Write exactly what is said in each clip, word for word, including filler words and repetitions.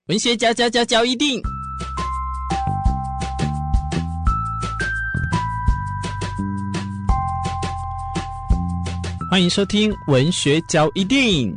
文学交交交交一定，欢迎收听文学交一定。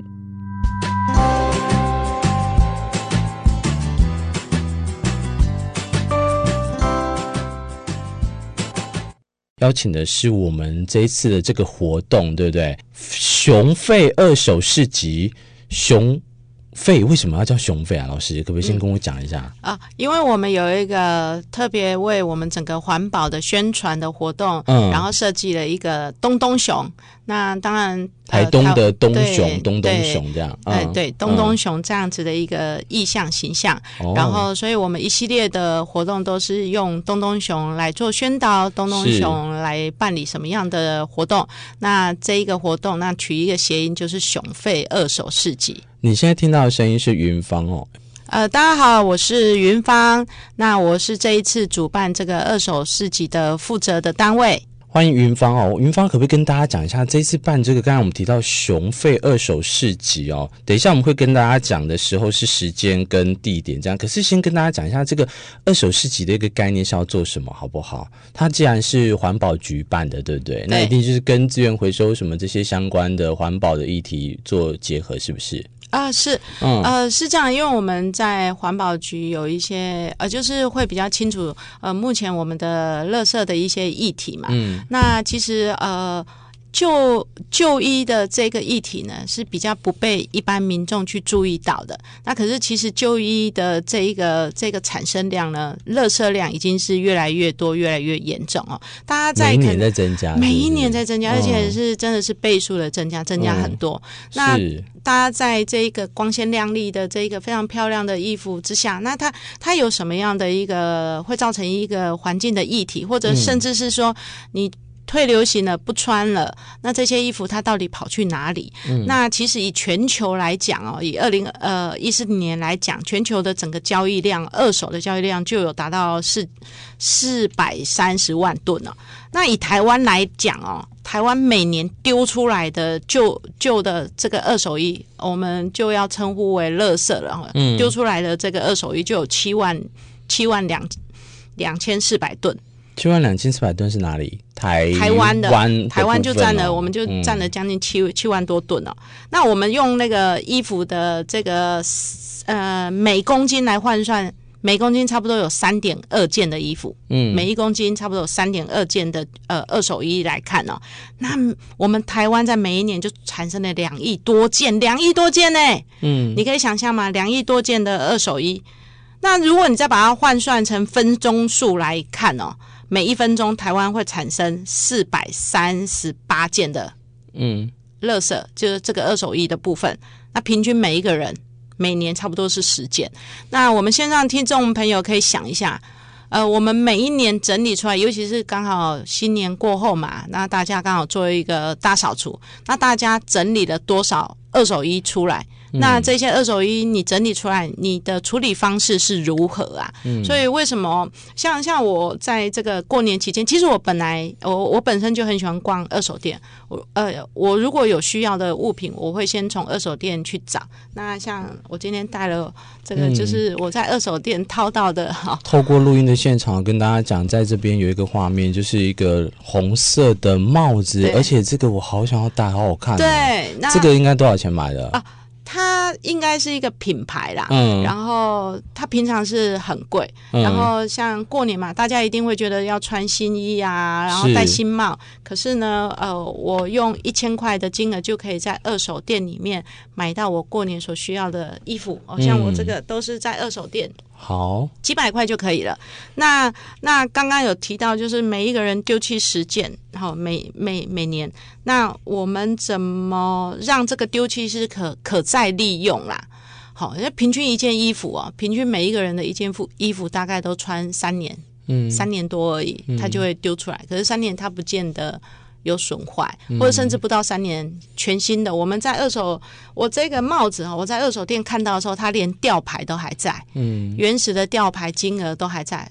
邀请的是我们这一次的这个活动，对不对？熊吠二手市集，熊吠为什么要叫熊吠啊？老师可不可以先跟我讲一下、 嗯、啊？因为我们有一个特别为我们整个环保的宣传的活动，嗯，然后设计了一个东东熊。那当然， 台东的东熊，东东熊这样， 哎、嗯，对，东东熊这样子的一个意象形象。嗯、然后，所以我们一系列的活动都是用东东熊来做宣导，东东熊来办理什么样的活动？那这一个活动，那取一个谐音就是熊吠二手市集。 你现在听到的声音是云芳哦。 呃，大家好，我是云芳。那我是这一次主办这个二手市集的负责的单位。 欢迎云芳哦，云芳可不可以跟大家讲一下这一次办这个？刚才我们提到熊吠二手市集哦，等一下我们会跟大家讲的时候是时间跟地点这样。可是先跟大家讲一下这个二手市集的一个概念是要做什么，好不好？它既然是环保局办的，对不对？对，那一定就是跟资源回收什么这些相关的环保的议题做结合，是不是？ 啊、呃，是，嗯、呃，是这样，因为我们在环保局有一些，呃，就是会比较清楚，呃，目前我们的垃圾的一些议题嘛，嗯，那其实，呃。就就医的这个议题呢，是比较不被一般民众去注意到的。那可是其实就医的这一个这个产生量呢，垃圾量已经是越来越多，越来越严重哦。大家在每一年在增加， 每一年在增加，而且是真的是倍数的增加，增加很多。嗯、那大家在这个光鲜亮丽的这个非常漂亮的衣服之下，那它它有什么样的一个会造成一个环境的议题，或者甚至是说你退流行了不穿了，那这些衣服它到底跑去哪里、嗯、那其实以全球来讲哦，以二零呃一四年来讲，全球的整个交易量，二手的交易量就有达到四四百三十万吨哦。那以台湾来讲哦，台湾每年丢出来的旧旧的这个二手衣，我们就要称呼为垃圾了、嗯、丢出来的这个二手衣就有七万七万两两千四百吨。 七万两千四百吨是哪里？台台湾的， 的台湾就占了，哦、我们就占了将近七、嗯、七万多吨哦。那我们用那个衣服的这个呃每公斤来换算，每公斤差不多有三点二件的衣服，嗯，每一公斤差不多有三点二件的呃二手衣来看哦。那我们台湾在每一年就产生了两亿多件，两亿多件呢，嗯，你可以想象吗？两亿多件的二手衣。那如果你再把它换算成分钟数来看哦，每一分钟台湾会产生四百三十八件的嗯垃圾，就是这个二手衣的部分。那平均每一个人每年差不多是十件。那我们线上听众朋友可以想一下，呃，我们每一年整理出来，尤其是刚好新年过后嘛，那大家刚好做一个大扫除，那大家整理了多少二手衣出来？那这些二手衣你整理出来，你的处理方式是如何啊？嗯、所以为什么像像我在这个过年期间，其实我本来我我本身就很喜欢逛二手店。我呃我如果有需要的物品，我会先从二手店去找。那像我今天带了这个，就是我在二手店掏到的哈、嗯。 透过录音的现场跟大家讲，在这边有一个画面，就是一个红色的帽子，而且这个我好想要戴，好好看、哦。 对，那这个应该多少钱买的啊？它应该是一个品牌啦，嗯，然后它平常是很贵、嗯，然后像过年嘛，大家一定会觉得要穿新衣啊，然后戴新帽。可是呢，呃，我用一千块的金额就可以在二手店里面买到我过年所需要的衣服。哦，像我这个都是在二手店。 好， 几百块就可以了。那那刚刚有提到，就是每一个人丢弃十件，好，每每每年，那我们怎么让这个丢弃是可可再利用啦？好，因为平均一件衣服啊，平均每一个人的一件服衣服大概都穿三年，嗯，三年多而已，它就会丢出来。嗯、可是三年它不见得有损坏，或者甚至不到三年全新的。我们在二手，我这个帽子我在二手店看到的时候，它连吊牌都还在，嗯，原始的吊牌金额都还在。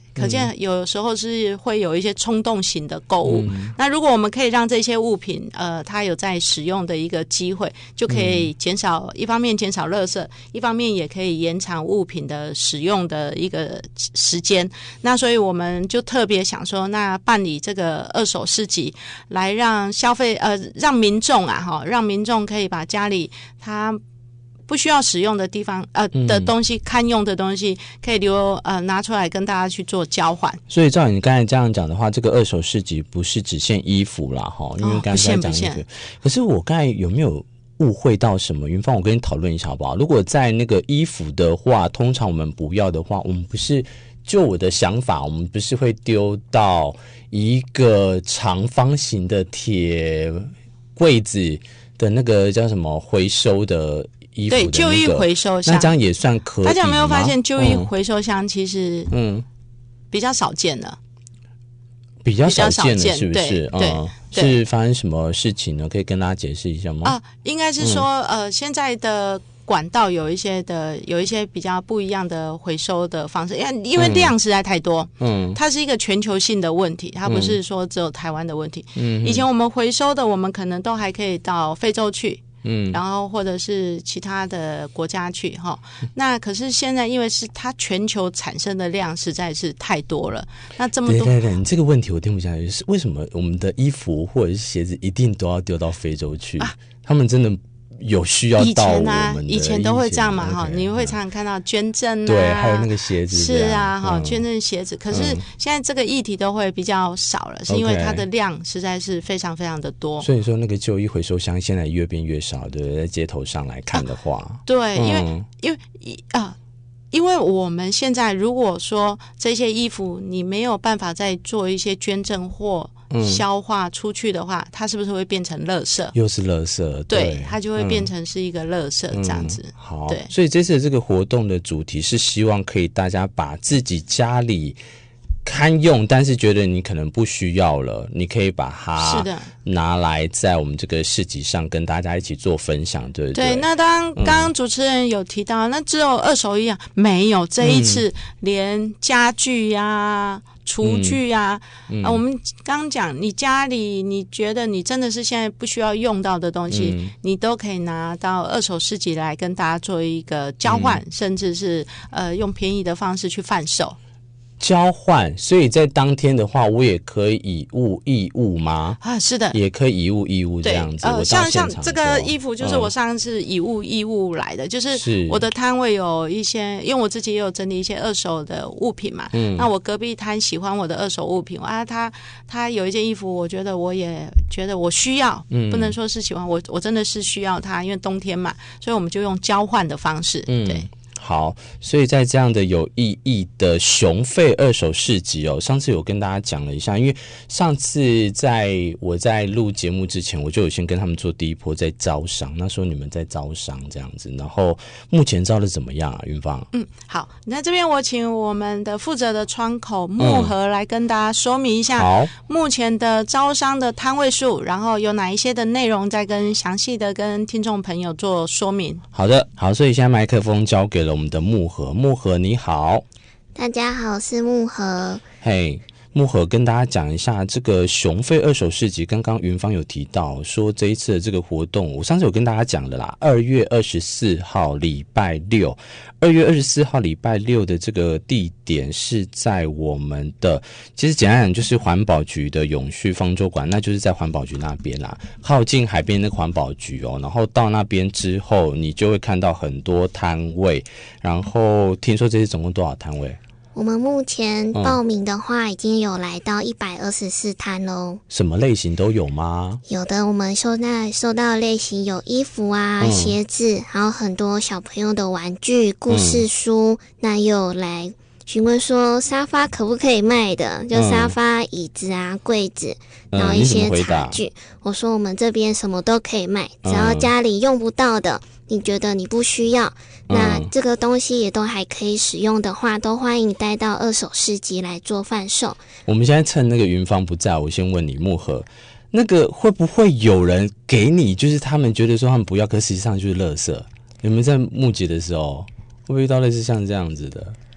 可见有时候是会有一些冲动型的购物。嗯、那如果我们可以让这些物品，呃，它有在使用的一个机会，就可以减少、嗯、一方面减少垃圾，一方面也可以延长物品的使用的一个时间。那所以我们就特别想说，那办理这个二手市集，来让消费呃让民众啊哈，让民众可以把家里他不需要使用的地方呃、嗯、的东西，堪用的东西可以留呃拿出来跟大家去做交换。 所以照你刚才这样讲的话，这个二手市集不是只限衣服啦哈，因为刚才讲衣服、哦、可是我刚才有没有误会到什么？云芳，我跟你讨论一下好不好？如果在那个衣服的话，通常我们不要的话，我们不是就我的想法，我们不是会丢到一个长方形的铁柜子的那个叫什么回收的衣服的、那个、 对，旧衣回收箱， 那这样也算可以吗？ 大家有没有发现旧衣回收箱其实嗯比较少见了？ 比较少见了，是不是？ 对， 嗯，是发生什么事情呢？可以跟大家解释一下吗？ 啊，应该是说、嗯、呃，现在的管道有一些的有一些比较不一样的回收的方式，因为因为量实在太多，嗯，它是一个全球性的问题，它不是说只有台湾的问题。嗯，以前我们回收的，我们可能都还可以到非洲去。嗯，然后或者是其他的国家去哈，那可是现在因为是它全球产生的量实在是太多了，那这么多， 对对对，你这个问题我听不下去，是为什么我们的衣服或者是鞋子一定都要丢到非洲去？啊、他们真的有需要到我们的以前啊，以前都会这样嘛哈， okay, 你会常常看到捐赠啊， 对，还有那个鞋子是啊哈、嗯，捐赠鞋子。可是现在这个议题都会比较少了，嗯、是因为它的量实在是非常非常的多。 所以说那个旧衣回收箱现在越变越少，对不对？在街头上来看的话，啊、 对，因为、嗯、因为啊。因为我们现在如果说这些衣服你没有办法再做一些捐赠或消化出去的话、嗯、它是不是会变成垃圾？ 又是垃圾， 对, 对，它就会变成是一个垃圾这样子、嗯、 好， 对， 所以这次的这个活动的主题是希望可以大家把自己家里堪用但是觉得你可能不需要了，你可以把它拿来在我们这个市集上跟大家一起做分享，对不对？ 对，那当刚刚主持人有提到、嗯、那只有二手衣啊，没有，这一次连家具呀、啊嗯、厨具啊、嗯啊、我们刚刚讲你家里你觉得你真的是现在不需要用到的东西、嗯、你都可以拿到二手市集来跟大家做一个交换、嗯、甚至是呃用便宜的方式去贩售交换，所以在当天的话，我也可以以物易物吗？ 啊，是的， 也可以以物易物这样子。呃， 像像这个衣服，就是我上次以物易物来的，嗯、就是我的摊位有一些，因为我自己也有整理一些二手的物品嘛。嗯，那我隔壁摊喜欢我的二手物品啊，他他有一件衣服，我觉得我也觉得我需要，嗯、不能说是喜欢，我我真的是需要它，因为冬天嘛，所以我们就用交换的方式，嗯、对。 好，所以在这样的有意义的熊吠二手市集哦，上次有跟大家讲了一下，因为上次在我在录节目之前，我就有先跟他们做第一波在招商，那时候你们在招商这样子，然后目前招的怎么样啊，云芳？ 嗯，好，那这边我请我们的负责的窗口木盒来跟大家说明一下，好、嗯，目前的招商的摊位数，然后有哪一些的内容，再跟详细的跟听众朋友做说明。 好的，好，所以现在麦克风交给了我们的木盒，木盒你好。 大家好，我是木盒。 嘿、hey, 木盒跟大家讲一下这个熊吠二手市集，刚刚云芳有提到说这一次的这个活动，我上次有跟大家讲了啦，二月二十四号礼拜六，二月二十四号礼拜六的这个地点是在我们的，其实简单讲就是环保局的永续方舟馆，那就是在环保局那边啦，靠近海边那个环保局哦。然后到那边之后，你就会看到很多摊位。然后听说这次总共多少摊位？ 我们目前报名的话，已经有来到一百二十四摊喽。 什么类型都有吗？ 有的，我们收到收到的类型有衣服啊、嗯、鞋子，还有很多小朋友的玩具、故事书。嗯、那也有来询问说沙发可不可以卖的，就沙发、嗯、椅子啊、柜子，然后一些茶具、嗯。我说我们这边什么都可以卖，只要家里用不到的。你觉得你不需要，那这个东西也都还可以使用的话，都欢迎带到二手市集来做贩售。 我们现在趁那个云芳不在，我先问你木盒，那个会不会有人给你，就是他们觉得说他们不要，可实际上就是垃圾？你们在募集的时候会不会遇到类似像这样子的？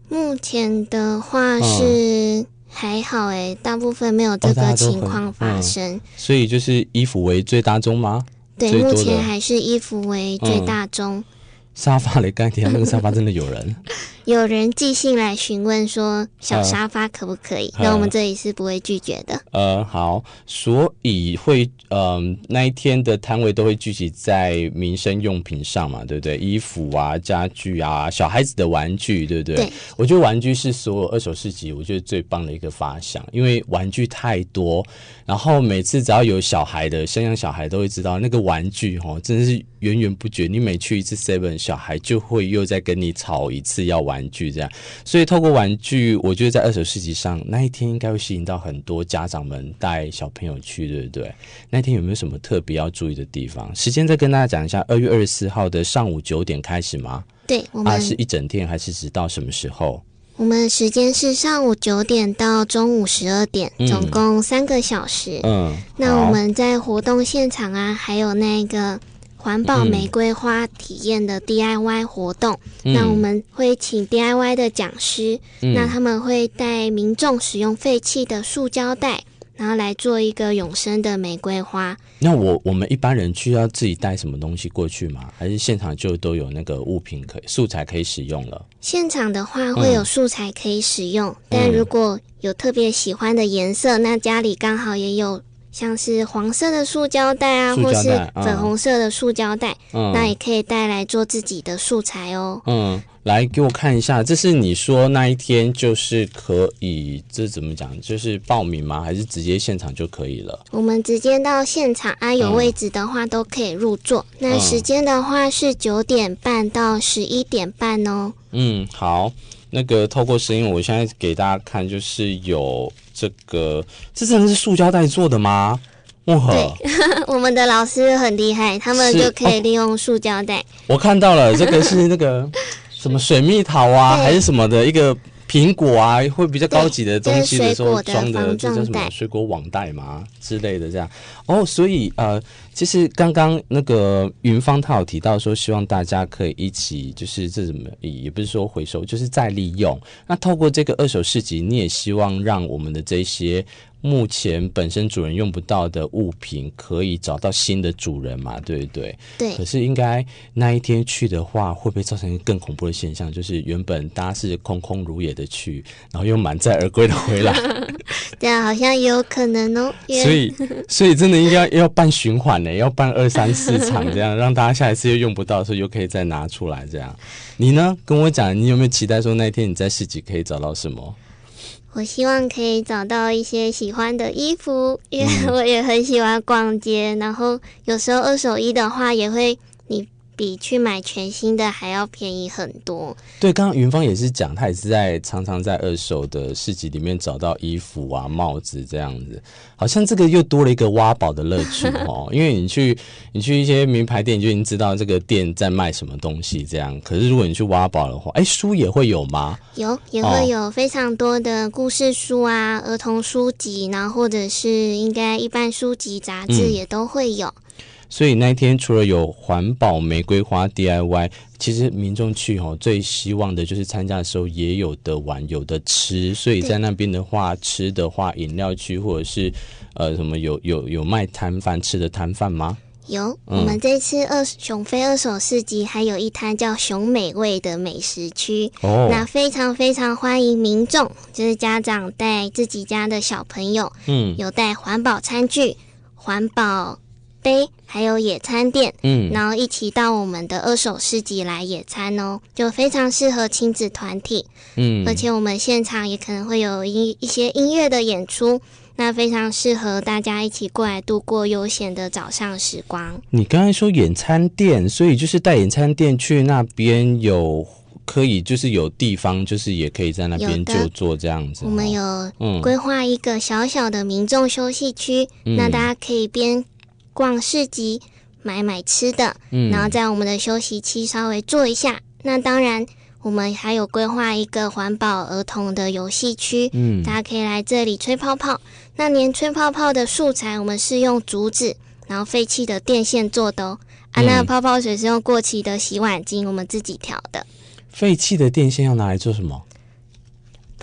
目前的话是还好诶、欸，大部分没有这个情况发生、哦嗯。 所以就是衣服为最大宗吗？ 对，目前还是衣服为最大宗。嗯、 沙发嘞，刚才提到那个沙发真的有人。 有人寄信来询问说小沙发可不可以？那、呃、我们这里是不会拒绝的。 呃，好，所以会呃那一天的摊位都会聚集在民生用品上嘛，对不对？衣服啊、家具啊、小孩子的玩具，对不对？ 对。 我觉得玩具是所有二手市集我觉得最棒的一个发想，因为玩具太多，然后每次只要有小孩的生养小孩都会知道那个玩具哦，真的是源源不绝。你每去一次 seven， 小孩就会又再跟你吵一次要玩具这样，所以透过玩具，我觉得在二手市集上那一天应该会吸引到很多家长们带小朋友去，对不对？那天有没有什么特别要注意的地方？时间再跟大家讲一下，二月二十四号的上午九点开始吗？ 对，我们、 啊、是一整天还是直到什么时候？ 我们时间是上午九点到中午十二点、嗯，总共三个小时。嗯，那我们在活动现场啊，还有那个环保玫瑰花体验的 D I Y 活动、嗯、那我们会请 D I Y 的讲师、嗯、那他们会带民众使用废弃的塑胶袋，然后来做一个永生的玫瑰花。 那我我们一般人需要自己带什么东西过去吗？还是现场就都有那个物品可以素材可以使用了？ 现场的话会有素材可以使用、嗯、但如果有特别喜欢的颜色、嗯、那家里刚好也有像是黄色的塑胶袋啊，或是粉红色的塑胶袋、嗯，那也可以带来做自己的素材哦。 嗯，来给我看一下，这是你说那一天就是可以，这怎么讲？就是报名吗？还是直接现场就可以了？ 我们直接到现场啊，有位置的话都可以入座。嗯、那时间的话是九点半到十一点半哦。 嗯，好。那个透过声音，我现在给大家看，就是有这个，这真的是塑胶袋做的吗？哇， 对，我们的老师很厉害，他们就可以利用塑胶袋、哦。 我看到了，这个是那个什么水蜜桃啊，还是什么的一个苹果啊，会比较高级的东西的时候装的，这叫什么水果网袋嘛之类的这样。哦，所以呃。其实刚刚那个云芳她有提到说，希望大家可以一起，就是这怎么也不是说回收，就是再利用。那透过这个二手市集，你也希望让我们的这些目前本身主人用不到的物品，可以找到新的主人嘛，对不对？ 对。 可是应该那一天去的话，会不会造成一个更恐怖的现象？就是原本大家是空空如也的去，然后又满载而归的回来。 这样好像也有可能哦。 所以，所以真的应该要办循环呢。要办二三四场这样，让大家下一次又用不到的时候又可以再拿出来这样。你呢？跟我讲，你有没有期待说那一天你在市集可以找到什么？ 我希望可以找到一些喜欢的衣服，因为我也很喜欢逛街、嗯、然后有时候二手衣的话也会你比去买全新的还要便宜很多。 对，刚刚云芳也是讲，她也是在常常在二手的市集里面找到衣服啊、帽子这样子，好像这个又多了一个挖宝的乐趣哦。因为你去你去一些名牌店，你就已经知道这个店在卖什么东西这样。可是如果你去挖宝的话，哎，书也会有吗？ 有，也会有非常多的故事书啊、儿童书籍，然后或者是应该一般书籍、杂志也都会有。嗯， 所以那一天除了有环保玫瑰花 D I Y， 其实民众去哦最希望的就是参加的时候也有的玩有的吃，所以在那边的话，吃的话饮料区或者是呃什么有有有卖摊贩吃的摊贩吗？ 有，嗯、我们这次二熊飞二手市集还有一摊叫熊美味的美食区，哦，那非常非常欢迎民众，就是家长带自己家的小朋友，嗯，有带环保餐具、环保杯还有野餐垫，嗯，然后一起到我们的二手市集来野餐哦，就非常适合亲子团体，嗯，而且我们现场也可能会有一一些音乐的演出，那非常适合大家一起过来度过悠闲的早上时光。 你刚才说野餐垫，所以就是带野餐垫去那边有可以就是有地方就是也可以在那边就坐这样子。 我们有规划一个小小的民众休息区，嗯，那大家可以边逛市集买买吃的，嗯，然后在我们的休息期稍微坐一下。那当然我们还有规划一个环保儿童的游戏区，嗯，大家可以来这里吹泡泡。那连吹泡泡的素材我们是用竹子然后废弃的电线做的哦，啊，那泡泡水是用过期的洗碗巾我们自己调的。 废弃的电线要拿来做什么？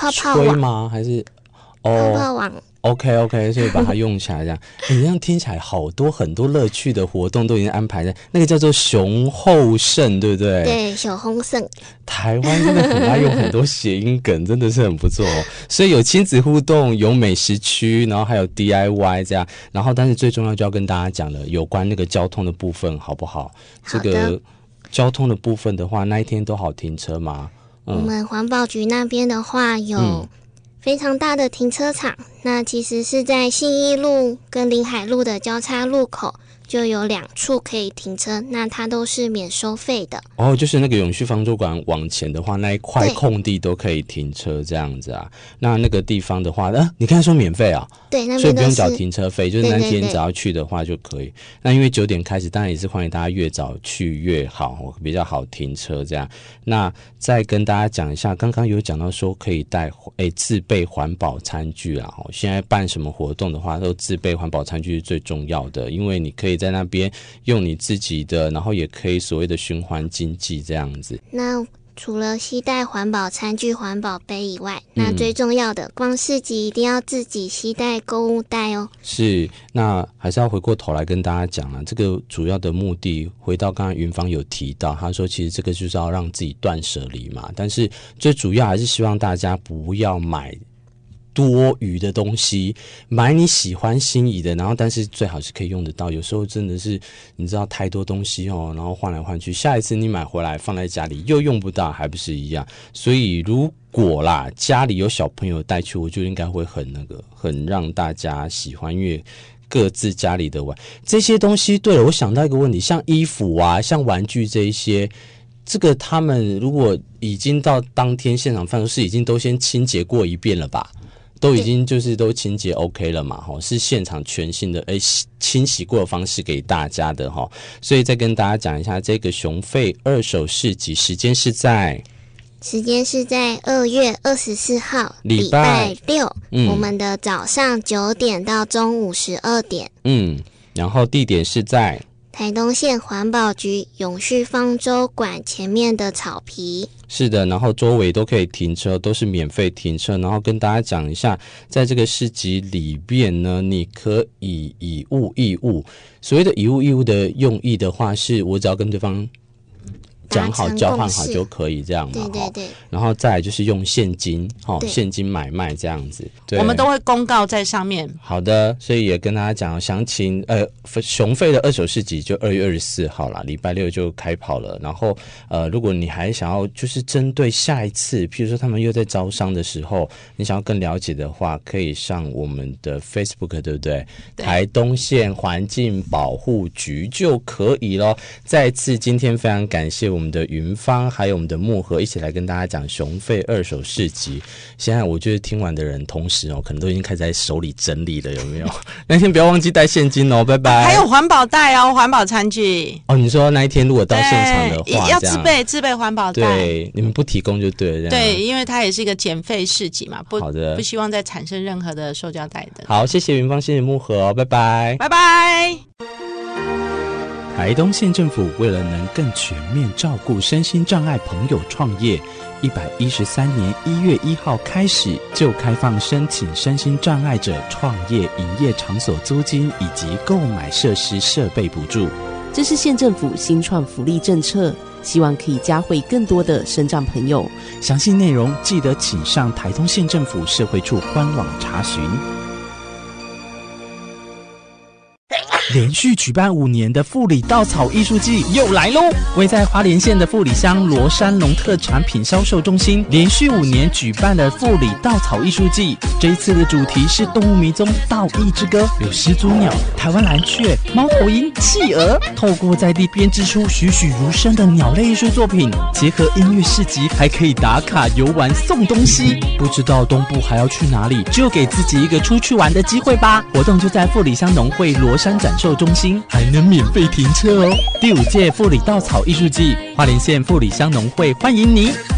泡泡吹网吗？还是泡哦泡网。 OK OK， 所以把它用起来这样。欸、你这样听起来好多很多乐趣的活动都已经安排在那个叫做熊后胜，对不对？ 对，熊后胜。 台湾真的很爱用很多谐音梗，真的是很不错哦。所以有亲子互动，有美食区，然后还有 D I Y 这样。然后，但是最重要就要跟大家讲了，有关那个交通的部分，好不好？ 好的。 这个交通的部分的话，那一天都好停车吗？ 嗯、我们环保局那边的话有、嗯。非常大的停车场，那其实是在信义路跟临海路的交叉路口，就有两处可以停车，那它都是免收费的。 哦，就是那个永续方舟馆往前的话，那一块空地都可以停车这样子啊。那那个地方的话，呃，你刚才说免费啊？ 对，那边所以不用缴停车费，就是那天对对对只要去的话就可以。那因为九点开始，当然也是欢迎大家越早去越好，比较好停车这样。那再跟大家讲一下，刚刚有讲到说可以带诶自备环保餐具啊。现在办什么活动的话，都自备环保餐具是最重要的，因为你可以在那边用你自己的，然后也可以所谓的循环经济这样子。 那除了携带环保餐具、环保杯以外，那最重要的，逛市集一定要自己携带购物袋哦。 是，那还是要回过头来跟大家讲啊，这个主要的目的，回到刚刚云芳有提到，他说其实这个就是要让自己断舍离嘛，但是最主要还是希望大家不要买多余的东西，买你喜欢心仪的，然后但是最好是可以用得到。有时候真的是你知道太多东西哦，然后换来换去，下一次你买回来放在家里又用不到，还不是一样？所以如果啦家里有小朋友带去，我觉得应该会很那个，很让大家喜欢，因为各自家里的玩这些东西。对了，我想到一个问题，像衣服啊，像玩具这一些。这个他们如果已经到当天现场贩售，是已经都先清洁过一遍了吧？都已经就是都清洁 OK 了嘛，是现场全新的诶清洗过的方式给大家的齁。所以再跟大家讲一下这个熊吠二手市集，时间是在时间是在二月二十四号礼拜六、 嗯、 我们的早上九点到中午十二点。 嗯，然后地点是在台东县环保局永续方舟馆前面的草皮。 是的，然后周围都可以停车，都是免费停车。然后跟大家讲一下，在这个市集里边呢，你可以以物易物。所谓的以物易物的用意的话，是我只要跟对方讲好交换好就可以这样嘛， 对对对。 然后再来就是用现金，哦，现金买卖这样子，对， 我们都会公告在上面。 好的，所以也跟大家讲详情，呃，熊吠的二手市集就二月二十四号啦，礼拜六就开跑了。然后呃，如果你还想要就是针对下一次，譬如说他们又在招商的时候，你想要更了解的话，可以上我们的 Facebook， 对不对？对，台东县环境保护局就可以咯。再次，今天非常感谢我们的云芳还有我们的漠河一起来跟大家讲熊吠二手市集。现在我觉得听完的人同时哦，可能都已经开始在手里整理了，有没有？那天不要忘记带现金哦，拜拜。 还有环保袋哦，环保餐具哦。 你说那一天如果到现场的话， 要自备自备环保袋。 对，你们不提供就对了。 对，因为它也是一个减废市集嘛，不好的， 不希望再产生任何的塑胶袋的。 好，谢谢云芳，谢谢漠河哦，拜拜， 拜拜。 台东县政府为了能更全面照顾身心障碍朋友创业，一百一十三年一月一号开始就开放申请身心障碍者创业营业场所租金以及购买设施设备补助。 这是县政府新创福利政策，希望可以嘉惠更多的身障朋友。 详细内容记得请上台东县政府社会处官网查询。连续举办五年的富里稻草艺术季又来喽！位在花莲县的富里乡罗山农特产品销售中心，连续五年举办了富里稻草艺术季。这一次的主题是动物迷踪稻艺之歌，有始祖鸟、台湾蓝雀、猫头鹰、企鹅，透过在地编织出栩栩如生的鸟类艺术作品，结合音乐市集，还可以打卡游玩送东西。不知道东部还要去哪里，就给自己一个出去玩的机会吧！活动就在富里乡农会罗山展售中心，还能免费停车哦。第五届富里稻草艺术季，花莲县富里乡农会欢迎你。